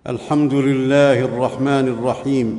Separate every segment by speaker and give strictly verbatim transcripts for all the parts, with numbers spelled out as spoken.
Speaker 1: الحمد لله الرحمن الرحيم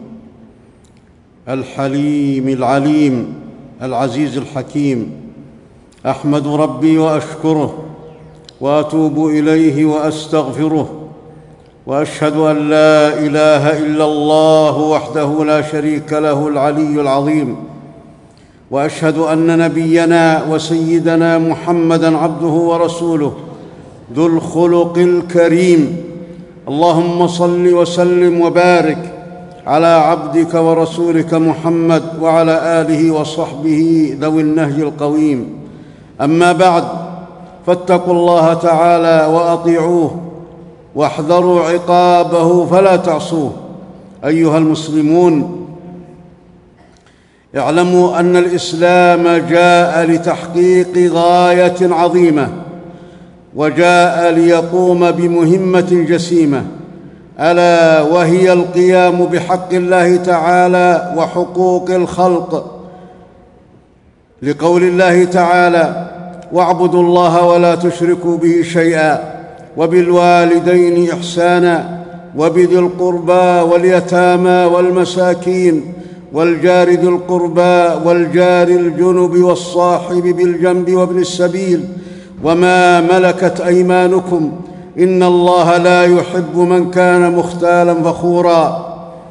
Speaker 1: الحليم العليم العزيز الحكيم. احمد ربي واشكره واتوب اليه واستغفره، واشهد ان لا اله الا الله وحده لا شريك له العلي العظيم، واشهد ان نبينا وسيدنا محمدا عبده ورسوله ذو الخلق الكريم. اللهم صل وسلم وبارك على عبدك ورسولك محمد وعلى اله وصحبه ذوي النهج القويم. اما بعد، فاتقوا الله تعالى واطيعوه واحذروا عقابه فلا تعصوه. ايها المسلمون، اعلموا ان الاسلام جاء لتحقيق غايه عظيمه، وجاء ليقوم بمهمه جسيمه، الا وهي القيام بحق الله تعالى وحقوق الخلق، لقول الله تعالى: واعبدوا الله ولا تشركوا به شيئا وبالوالدين احسانا وبذي القربى واليتامى والمساكين والجار ذي القربى والجار الجنب والصاحب بالجنب وابن السبيل وما ملكت ايمانكم ان الله لا يحب من كان مختالا فخورا.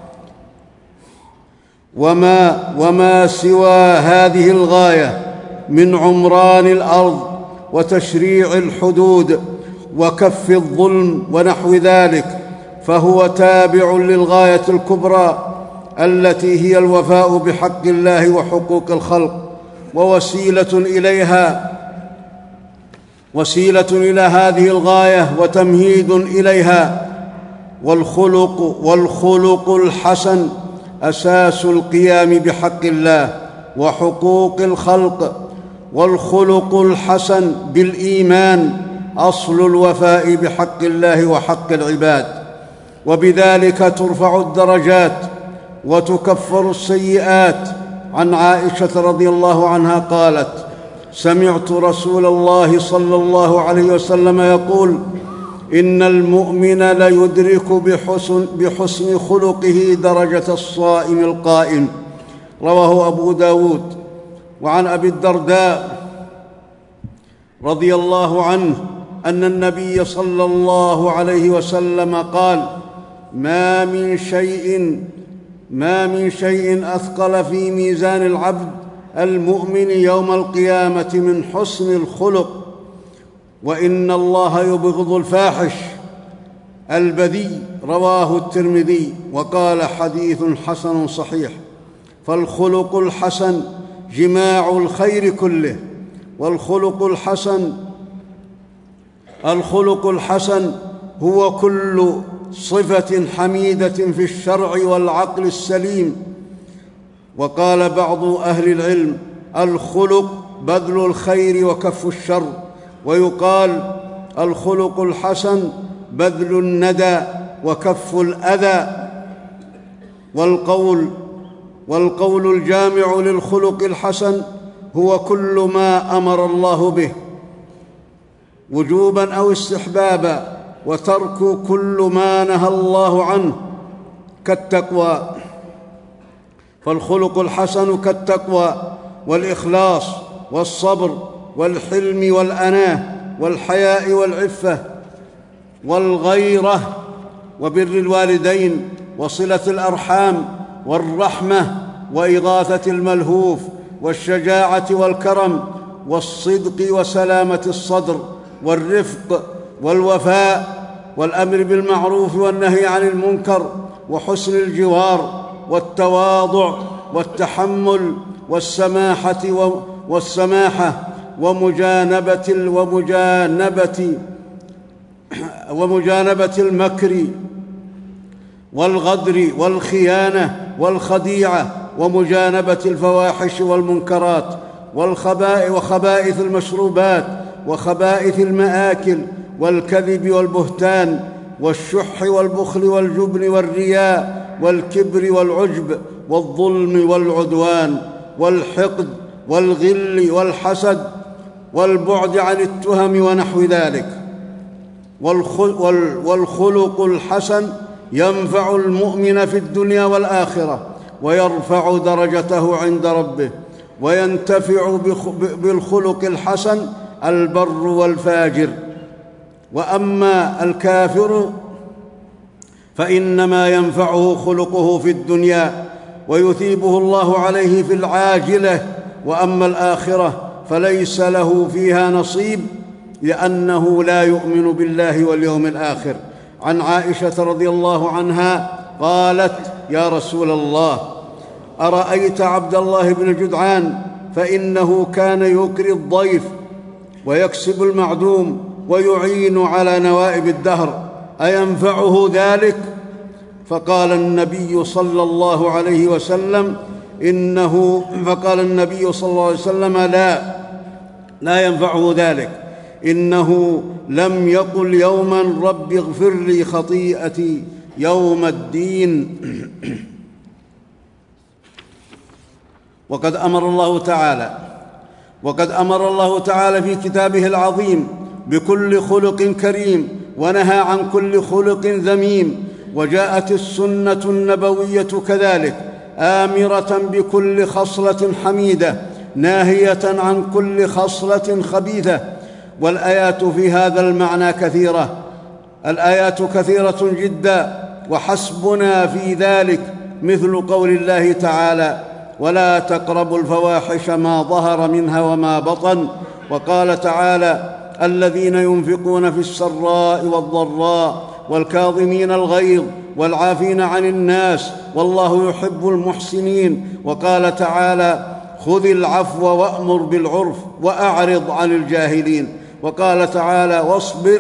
Speaker 1: وما, وما سوى هذه الغايه من عمران الارض وتشريع الحدود وكف الظلم ونحو ذلك، فهو تابع للغايه الكبرى التي هي الوفاء بحق الله وحقوق الخلق، ووسيله اليها وسيله الى هذه الغايه وتمهيد اليها. والخلق والخلق الحسن اساس القيام بحق الله وحقوق الخلق، والخلق الحسن بالايمان اصل الوفاء بحق الله وحق العباد، وبذلك ترفع الدرجات وتكفر السيئات. عن عائشه رضي الله عنها قالت: سمعت رسول الله صلى الله عليه وسلم يقول: ان المؤمن ليدرك بحسن, بحسن خلقه درجه الصائم القائم. رواه ابو داود. وعن ابي الدرداء رضي الله عنه ان النبي صلى الله عليه وسلم قال: ما من شيء ما من شيء اثقل في ميزان العبد المؤمن يوم القيامه من حسن الخلق، وان الله يبغض الفاحش البذيء. رواه الترمذي وقال: حديث حسن صحيح. فالخلق الحسن جماع الخير كله، والخلق الحسن الخلق الحسن هو كل صفه حميده في الشرع والعقل السليم. وقال بعض اهل العلم: الخلق بذل الخير وكف الشر. ويقال: الخلق الحسن بذل الندى وكف الاذى. والقول والقول الجامع للخلق الحسن هو كل ما امر الله به وجوبا او استحبابا، وترك كل ما نهى الله عنه كالتقوى. فالخلق الحسن كالتقوى والإخلاص والصبر والحلم والأناة والحياء والعفة والغيرة وبر الوالدين وصلة الأرحام والرحمة وإغاثة الملهوف والشجاعة والكرم والصدق وسلامة الصدر والرفق والوفاء والأمر بالمعروف والنهي عن المنكر وحسن الجوار والتواضع والتحمل والسماحة والسماحة ومجانبة ومجانبة ومجانبة المكر والغدر والخيانة والخديعة ومجانبة الفواحش والمنكرات والخبائث وخبائث المشروبات وخبائث المآكل والكذب والبهتان والشح والبخل والجبن والرياء والكبر والعجب والظلم والعدوان والحقد والغل والحسد والبعد عن التهم ونحو ذلك. والخلق الحسن ينفع المؤمن في الدنيا والآخرة ويرفع درجته عند ربه، وينتفع بالخلق الحسن البر والفاجر. وأما الكافر فإنما ينفعه خلقه في الدنيا ويثيبه الله عليه في العاجلة، وأما الآخرة فليس له فيها نصيب لأنه لا يؤمن بالله واليوم الآخر. عن عائشة رضي الله عنها قالت: يا رسول الله، أرأيت عبد الله بن جدعان فإنه كان يكري الضيف ويكسب المعدوم ويعين على نوائب الدهر، أينفعه ذلك؟ فقال النبي صلى الله عليه وسلم إنه فقال النبي صلى الله عليه وسلم لا لا ينفعه ذلك، إنه لم يقل يوما رب اغفر لي خطيئتي يوم الدين. وقد أمر الله تعالى وقد أمر الله تعالى في كتابه العظيم بكل خلق كريم، ونهى عن كل خلق ذميم، وجاءت السنة النبوية كذلك آمرة بكل خصلة حميدة ناهية عن كل خصلة خبيثة. والآيات في هذا المعنى كثيرة الآيات كثيرة جدا، وحسبنا في ذلك مثل قول الله تعالى: ولا تقربوا الفواحش ما ظهر منها وما بطن. وقال تعالى: الذين ينفقون في السراء والضراء والكاظمين الغيظ والعافين عن الناس والله يحب المحسنين. وقال تعالى: خذ العفو وأمر بالعرف وأعرض عن الجاهلين. وقال تعالى: واصبر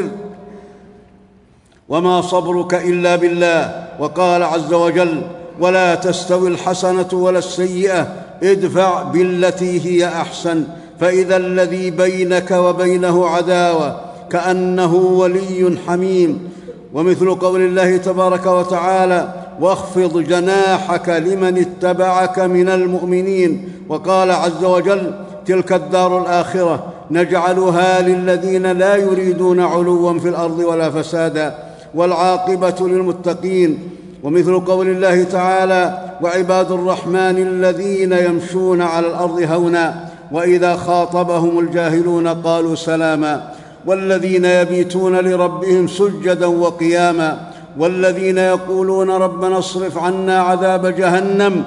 Speaker 1: وما صبرك إلا بالله. وقال عز وجل: ولا تستوي الحسنة ولا السيئة ادفع بالتي هي أحسن فإذا الذي بينك وبينه عداوة كأنه ولي حميم. ومثل قول الله تبارك وتعالى: واخفض جناحك لمن اتبعك من المؤمنين. وقال عز وجل: تلك الدار الآخرة نجعلها للذين لا يريدون علوا في الأرض ولا فسادا والعاقبة للمتقين. ومثل قول الله تعالى: وعباد الرحمن الذين يمشون على الأرض هونا وإذا خاطبهم الجاهلون قالوا سلاما والذين يبيتون لربهم سجدا وقياما والذين يقولون ربنا اصرف عنا عذاب جهنم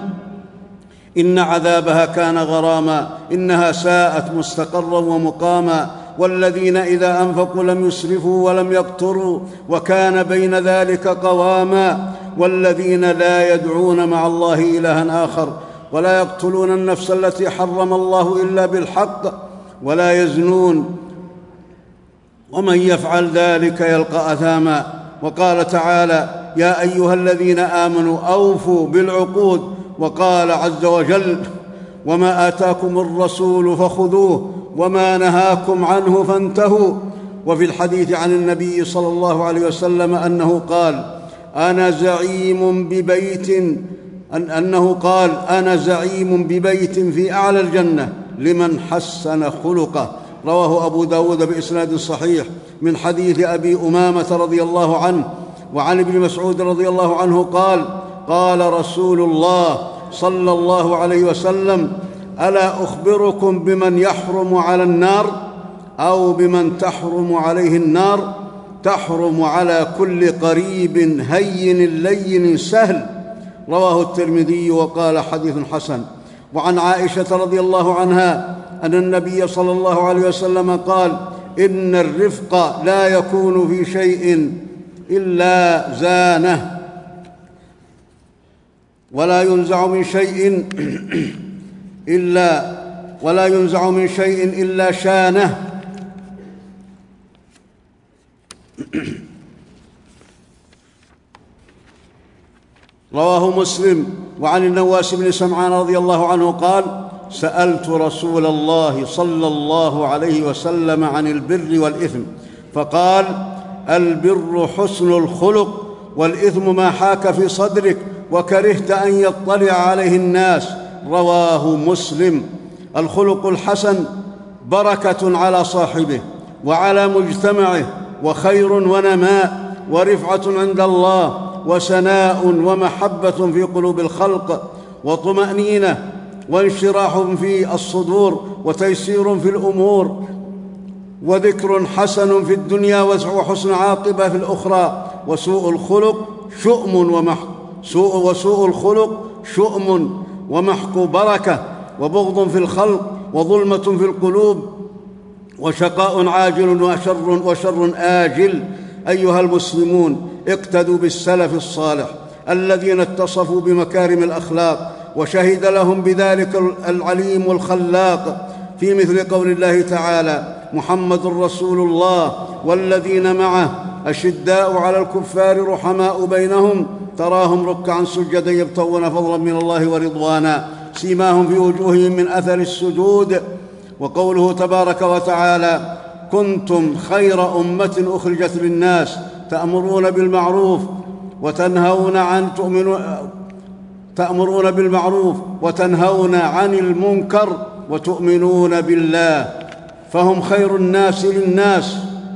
Speaker 1: إن عذابها كان غراما إنها ساءت مستقرا ومقاما والذين إذا أنفقوا لم يسرفوا ولم يقتروا وكان بين ذلك قواما والذين لا يدعون مع الله إلها آخر ولا يقتلون النفس التي حرم الله إلا بالحق ولا يزنون ومن يفعل ذلك يلقى أثاما. وقال تعالى: يا أيها الذين آمنوا أوفوا بالعقود. وقال عز وجل: وما آتاكم الرسول فخذوه وما نهاكم عنه فانتهوا. وفي الحديث عن النبي صلى الله عليه وسلم أنه قال: أنا زعيم ببيت أن أنه قال أنا زعيم ببيت في أعلى الجنة لمن حسن خلقه. رواه أبو داود بإسناد صحيح من حديث أبي أمامة رضي الله عنه. وعن ابن مسعود رضي الله عنه قال: قال رسول الله صلى الله عليه وسلم: ألا أخبركم بمن يحرم على النار أو بمن تحرم عليه النار؟ تحرم على كل قريب هين لين سهل. رواه الترمذي وقال حديث حسن. وعن عائشة رضي الله عنها أن النبي صلى الله عليه وسلم قال: إن الرفق لا يكون في شيء إلا زانه ولا ينزع من شيء إلا ولا ينزع من شيء إلا شانه. رواه مسلم. وعن النواس بن سمعان رضي الله عنه قال: سألت رسول الله صلى الله عليه وسلم عن البر والإثم فقال: البر حسن الخلق والإثم ما حاك في صدرك وكرهت أن يطلع عليه الناس. رواه مسلم. الخلق الحسن بركة على صاحبه وعلى مجتمعه وخير ونماء ورفعة عند الله وسناء ومحبة في قلوب الخلق، وطمأنينة وانشراح في الصدور، وتيسير في الأمور، وذكر حسن في الدنيا وحسن عاقبة في الأخرى. وسوء الخلق شؤم ومحق سوء وسوء الخلق شؤم ومحق بركة، وبغض في الخلق، وظلمة في القلوب، وشقاء عاجل وشر, وشر آجل. أيها المسلمون، اقتدوا بالسلف الصالح الذين اتصفوا بمكارم الأخلاق، وشهد لهم بذلك العليم الخلاق في مثل قول الله تعالى: محمد رسول الله والذين معه أشداء على الكفار رحماء بينهم تراهم ركعا سجدا يبتغون فضلا من الله ورضوانا سيماهم في وجوههم من أثر السجود. وقوله تبارك وتعالى: كنتم خير أمة أخرجت للناس تأمرون بالمعروف وتنهون عن تؤمنون تأمرون بالمعروف وتنهون عن المنكر وتؤمنون بالله، فهم خير الناس للناس.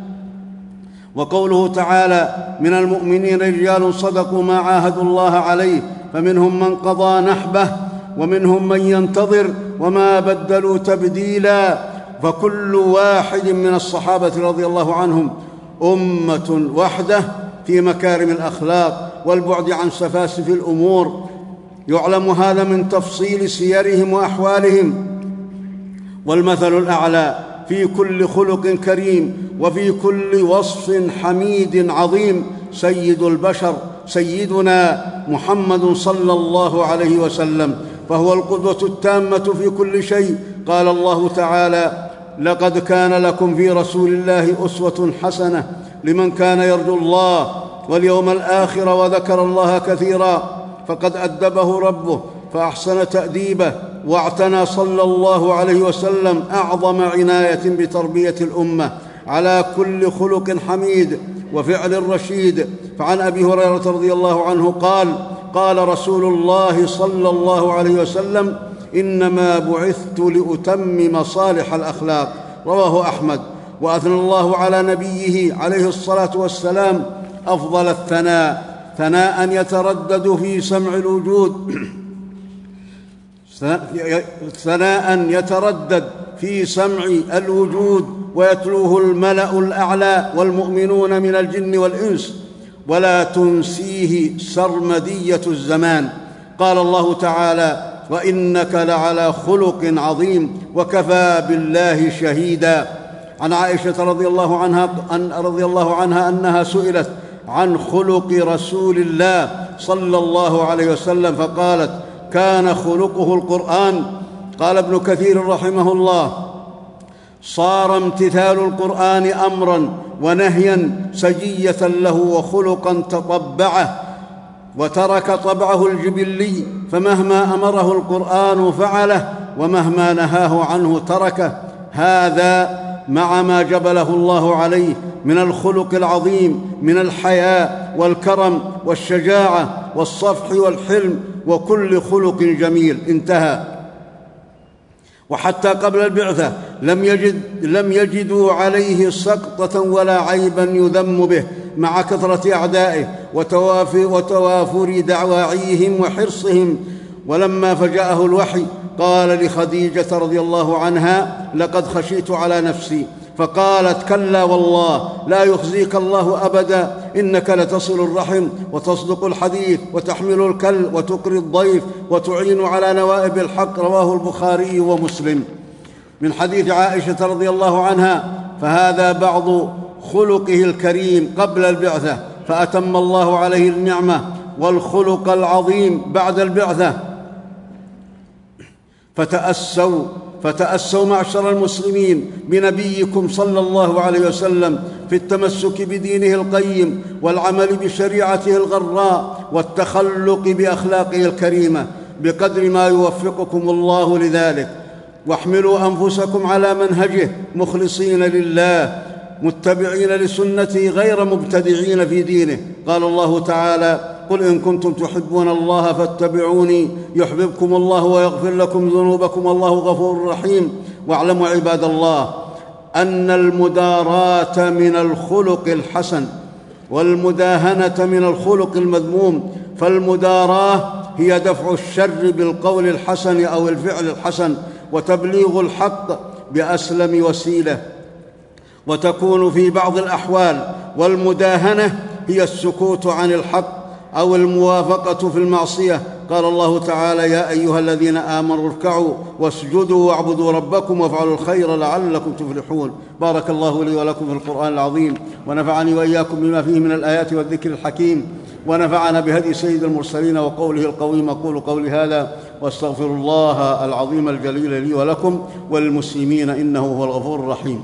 Speaker 1: وقوله تعالى: من المؤمنين رجال صدقوا ما عاهدوا الله عليه فمنهم من قضى نحبه ومنهم من ينتظر وما بدلوا تبديلا. فكل واحد من الصحابة رضي الله عنهم أمة وحده في مكارم الأخلاق والبعد عن سفاسف الأمور. يعلم هذا من تفصيل سيرهم وأحوالهم. والمثل الأعلى في كل خلق كريم وفي كل وصف حميد عظيم سيد البشر سيدنا محمد صلى الله عليه وسلم، فهو القدوة التامة في كل شيء. قال الله تعالى: لقد كان لكم في رسول الله أسوة حسنة لمن كان يرجو الله واليوم الآخر وذكر الله كثيرا. فقد أدبه ربه فأحسن تأديبه، واعتنى صلى الله عليه وسلم أعظم عناية بتربية الأمة على كل خلق حميد وفعل رشيد. فعن أبي هريرة رضي الله عنه قال: قال رسول الله صلى الله عليه وسلم: إنما بعثت لأتمم صالح الأخلاق. رواه أحمد. وأثنى الله على نبيه عليه الصلاة والسلام أفضل الثناء، ثناء يتردد في سمع الوجود ثناء يتردد في سمع الوجود ويتلوه الملأ الأعلى والمؤمنون من الجن والإنس، ولا تنسيه سرمدية الزمان. قال الله تعالى: وإنك لعلى خلق عظيم وكفى بالله شهيدا. عن عائشة رضي الله عنها أن رضي الله عنها أنها سئلت عن خلق رسول الله صلى الله عليه وسلم فقالت: كان خلقه القرآن. قال ابن كثير رحمه الله: صار امتثال القرآن أمرا ونهيا سجية له وخلقا تطبعه، وترك طبعه الجبلي، فمهما أمره القرآن فعله ومهما نهاه عنه تركه. هذا مع ما جبله الله عليه من الخلق العظيم من الحياء والكرم والشجاعة والصفح والحلم وكل خلق جميل. انتهى. وحتى قبل البعثة لم, يجد لم يجدوا عليه سقطة ولا عيبا يذم به، مع كثرة أعدائه وتوافر دعواعيهم وحرصهم. ولما فجاءه الوحي قال لخديجة رضي الله عنها: لقد خشيت على نفسي، فقالت: كلا والله لا يخزيك الله أبدا، إنك لتصل الرحم وتصدق الحديث وتحمل الكل وتقري الضيف وتعين على نوائب الحق. رواه البخاري ومسلم. من حديث عائشة رضي الله عنها: فهذا بعض خلقه الكريم قبل البعثة، فأتم الله عليه النعمة والخلق العظيم بعد البعثة. فتأسوا فتأسوا معشر المسلمين بنبيكم صلى الله عليه وسلم في التمسك بدينه القيم والعمل بشريعته الغراء والتخلق بأخلاقه الكريمة بقدر ما يوفقكم الله لذلك. واحملوا أنفسكم على منهجه مخلصين لله متبعين لسنته غير مبتدعين في دينه. قال الله تعالى: قل إن كنتم تحبون الله فاتبعوني يحببكم الله ويغفر لكم ذنوبكم والله غفور رحيم. واعلموا عباد الله أن المداراة من الخلق الحسن، والمداهنة من الخلق المذموم، فالمداراة هي دفع الشر بالقول الحسن أو الفعل الحسن وتبليغ الحق بأسلم وسيلة، وتكون في بعض الأحوال. والمداهنة هي السكوت عن الحق أو الموافقة في المعصية. قال الله تعالى: يا أيها الذين آمنوا اركعوا واسجدوا واعبدوا ربكم وافعلوا الخير لعلكم تفلحون. بارك الله لي ولكم في القرآن العظيم، ونفعني وإياكم بما فيه من الآيات والذكر الحكيم، ونفعنا بهدي سيد المرسلين وقوله القويم. أقول قولي هذا واستغفر الله العظيم الجليل لي ولكم وللمسلمين، إنه هو الغفور الرحيم.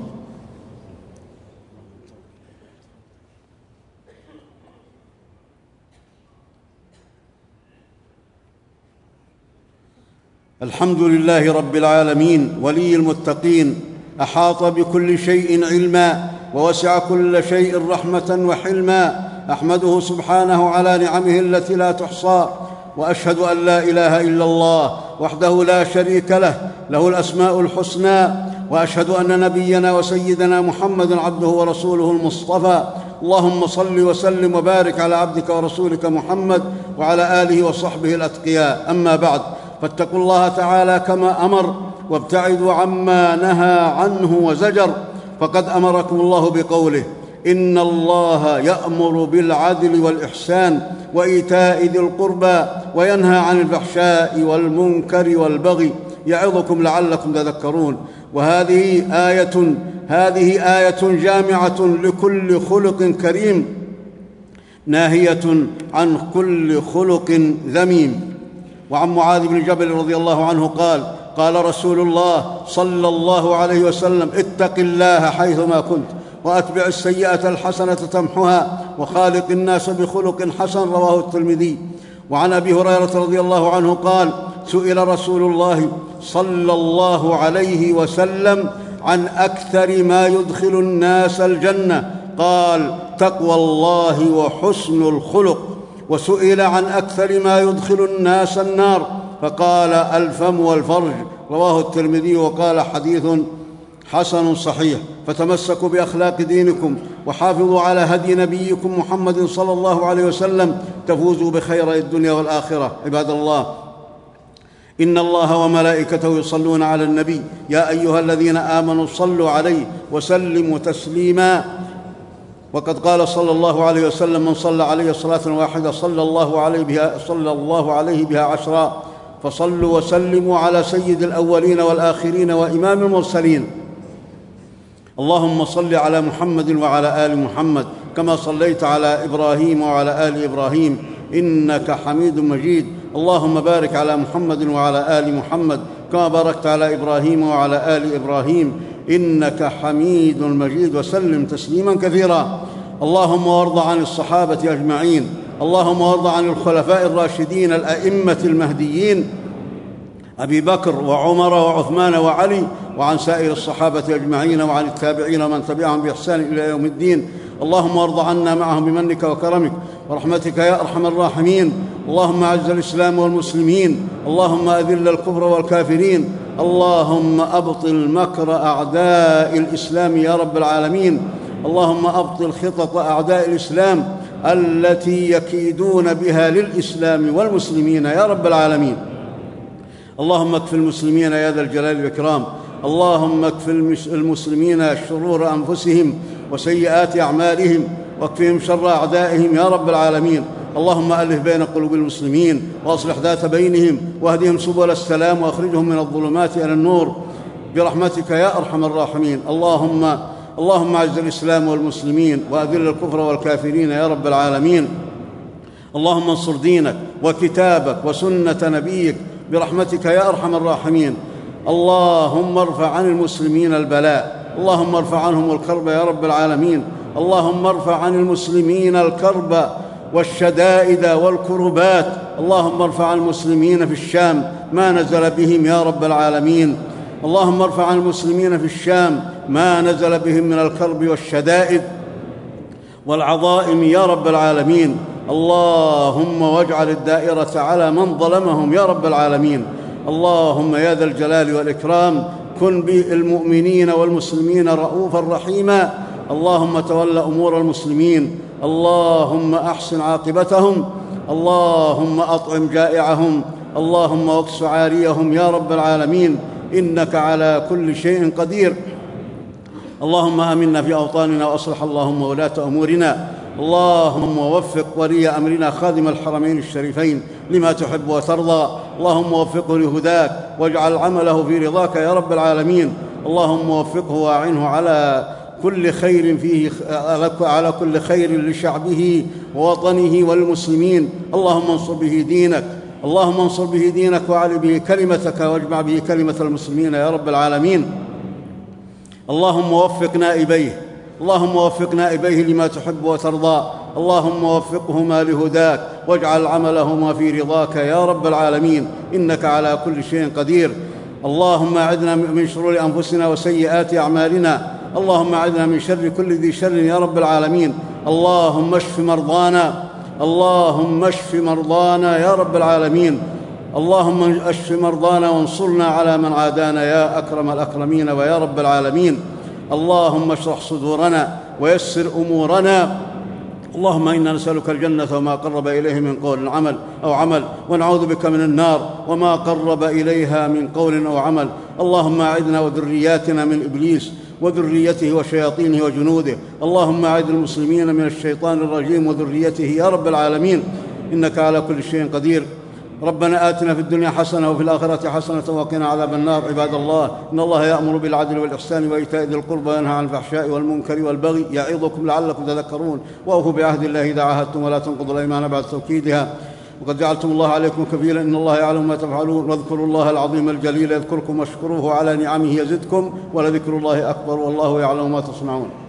Speaker 1: الحمد لله رب العالمين، ولي المتقين، أحاط بكل شيء علما ووسع كل شيء رحمة وحلما. أحمده سبحانه على نعمه التي لا تحصى، وأشهد أن لا إله إلا الله وحده لا شريك له، له الأسماء الحسنى. وأشهد أن نبينا وسيدنا محمد عبده ورسوله المصطفى. اللهم صل وسلم وبارك على عبدك ورسولك محمد وعلى آله وصحبه الأتقياء. أما بعد، فاتقوا الله تعالى كما أمر، وابتعدوا عما نهى عنه وزجر. فقد أمركم الله بقوله: إن الله يأمر بالعدل والإحسان وإيتاء ذي القربى وينهى عن الفحشاء والمنكر والبغي يعظكم لعلكم تذكرون. وهذه آية هذه آية جامعة لكل خلق كريم، ناهية عن كل خلق ذميم. وعن معاذ بن جبل رضي الله عنه قال: قال رسول الله صلى الله عليه وسلم: اتق الله حيثما كنت، وأتبع السيئة الحسنة تمحها، وخالق الناس بخلق حسن. رواه الترمذي. وعن أبي هريرة رضي الله عنه قال: سئل رسول الله صلى الله عليه وسلم عن أكثر ما يدخل الناس الجنة، قال: تقوى الله وحسن الخلق. وسئل عن أكثر ما يدخل الناس النار، فقال: الفم والفرج. رواه الترمذي، وقال: حديث حسن صحيح. فتمسكوا بأخلاق دينكم، وحافظوا على هدي نبيكم محمد صلى الله عليه وسلم، تفوزوا بخير الدنيا والآخرة. عباد الله، إن الله وملائكته يصلون على النبي، يا أيها الذين آمنوا صلوا عليه وسلموا تسليما. وقد قال صلى الله عليه وسلم: من صلى عليه صلاة واحدة صلى الله عليه بها, صلى الله عليه بها عشرا. فصلوا وسلموا على سيد الأولين والآخرين وإمام المرسلين. اللهم صل على محمد وعلى آل محمد كما صليت على إبراهيم وعلى آل إبراهيم إنك حميد مجيد. اللهم بارك على محمد وعلى آل محمد كما باركت على إبراهيم وعلى آل إبراهيم إنك حميد مجيد، وسلم تسليما كثيرا. اللهم وارض عن الصحابة أجمعين. اللهم وارض عن الخلفاء الراشدين الأئمة المهديين أبي بكر وعمر وعثمان وعلي، وعن سائر الصحابة أجمعين، وعن التابعين ومن تبعهم بإحسان إلى يوم الدين. اللهم وارض عنا معهم بمنك وكرمك ورحمتك يا أرحم الراحمين. اللهم أعز الإسلام والمسلمين، اللهم أذل الكفر والكافرين، اللهم أبطل مكر أعداء الإسلام يا رب العالمين. اللهم أبطل خطط أعداء الإسلام التي يكيدون بها للإسلام والمسلمين يا رب العالمين. اللهم اكف المسلمين يا ذا الجلال والإكرام. اللهم اكف المسلمين شرور أنفسهم وسيئات أعمالهم، واكفهم شر أعدائهم يا رب العالمين. اللهم ألف بين قلوب المسلمين، وأصلح ذات بينهم، واهدهم سبل السلام، وأخرجهم من الظلمات إلى النور برحمتك يا أرحم الراحمين. اللهم اللهم أعز الإسلام والمسلمين، وأذل الكفر والكافرين يا رب العالمين. اللهم انصر دينك وكتابك وسنة نبيك برحمتك يا أرحم الراحمين. اللهم ارفع عن المسلمين البلاء، اللهم ارفع عنهم الكرب يا رب العالمين. اللهم ارفع عن المسلمين الكرب والشدائد والكربات. اللهم ارفع عن المسلمين في الشام ما نزل بهم يا رب العالمين. اللهم ارفع عن المسلمين في الشام ما نزل بهم من الكرب والشدائد والعظائم يا رب العالمين. اللهم واجعل الدائرة على من ظلمهم يا رب العالمين. اللهم يا ذا الجلال والإكرام كن بالمؤمنين والمسلمين رؤوفا رحيما. اللهم تول أمور المسلمين، اللهم أحسن عاقبتهم، اللهم أطعم جائعهم، اللهم واكس عاريهم يا رب العالمين، إنك على كل شيء قدير. اللهم آمنا في أوطاننا وأصلح اللهم ولاة أمورنا، اللهم وفق ولي أمرنا خادم الحرمين الشريفين لما تحب وترضى، اللهم وفقه لهداك واجعل عمله في رضاك يا رب العالمين، اللهم وفقه وأعنه على كل خير فيه، على كل خير لشعبه ووطنه والمسلمين، اللهم انصر به دينك، اللهم انصر به دينك وعلي به كلمتك واجمع به كلمة المسلمين يا رب العالمين. اللهم وفق نائبيه، اللهم وفق نائبيه لما تحب وترضى، اللهم وفقهما لهداك واجعل عملهما في رضاك يا رب العالمين، إنك على كل شيء قدير. اللهم أعذنا من شرور أنفسنا وسيئات أعمالنا، اللهم أعذنا من شر كل ذي شر يا رب العالمين. اللهم اشف مرضانا، اللهم اشف مرضانا يا رب العالمين، اللهم اشف مرضانا وانصرنا على من عادانا يا أكرم الأكرمين ويا رب العالمين. اللهم اشرح صدورنا ويسر أمورنا، اللهم إنا نسألك الجنة وما قرب إليه من قول عمل أو عمل، ونعوذ بك من النار وما قرب إليها من قول أو عمل. اللهم أعذنا وذرياتنا من إبليس وذريته وشياطينه وجنوده، اللهم أعذ المسلمين من الشيطان الرجيم وذريته يا رب العالمين، إنك على كل شيء قدير. ربنا آتنا في الدنيا حسنة وفي الآخرة حسنة وقنا عذاب النار. عباد الله، إن الله يأمر بالعدل والإحسان وإيتاء ذي القربى وينهى عن الفحشاء والمنكر والبغي يعظكم لعلكم تذكرون. وأوفوا بعهد الله إذا عاهدتم ولا تنقضوا الأيمان بعد توكيدها، وقد جعلتم الله عليكم كفيلا، إن الله يعلم ما تفعلون. واذكروا الله العظيم الجليل يذكركم واشكروه على نعمه يزدكم، ولذكر الله أكبر والله يعلم ما تصنعون.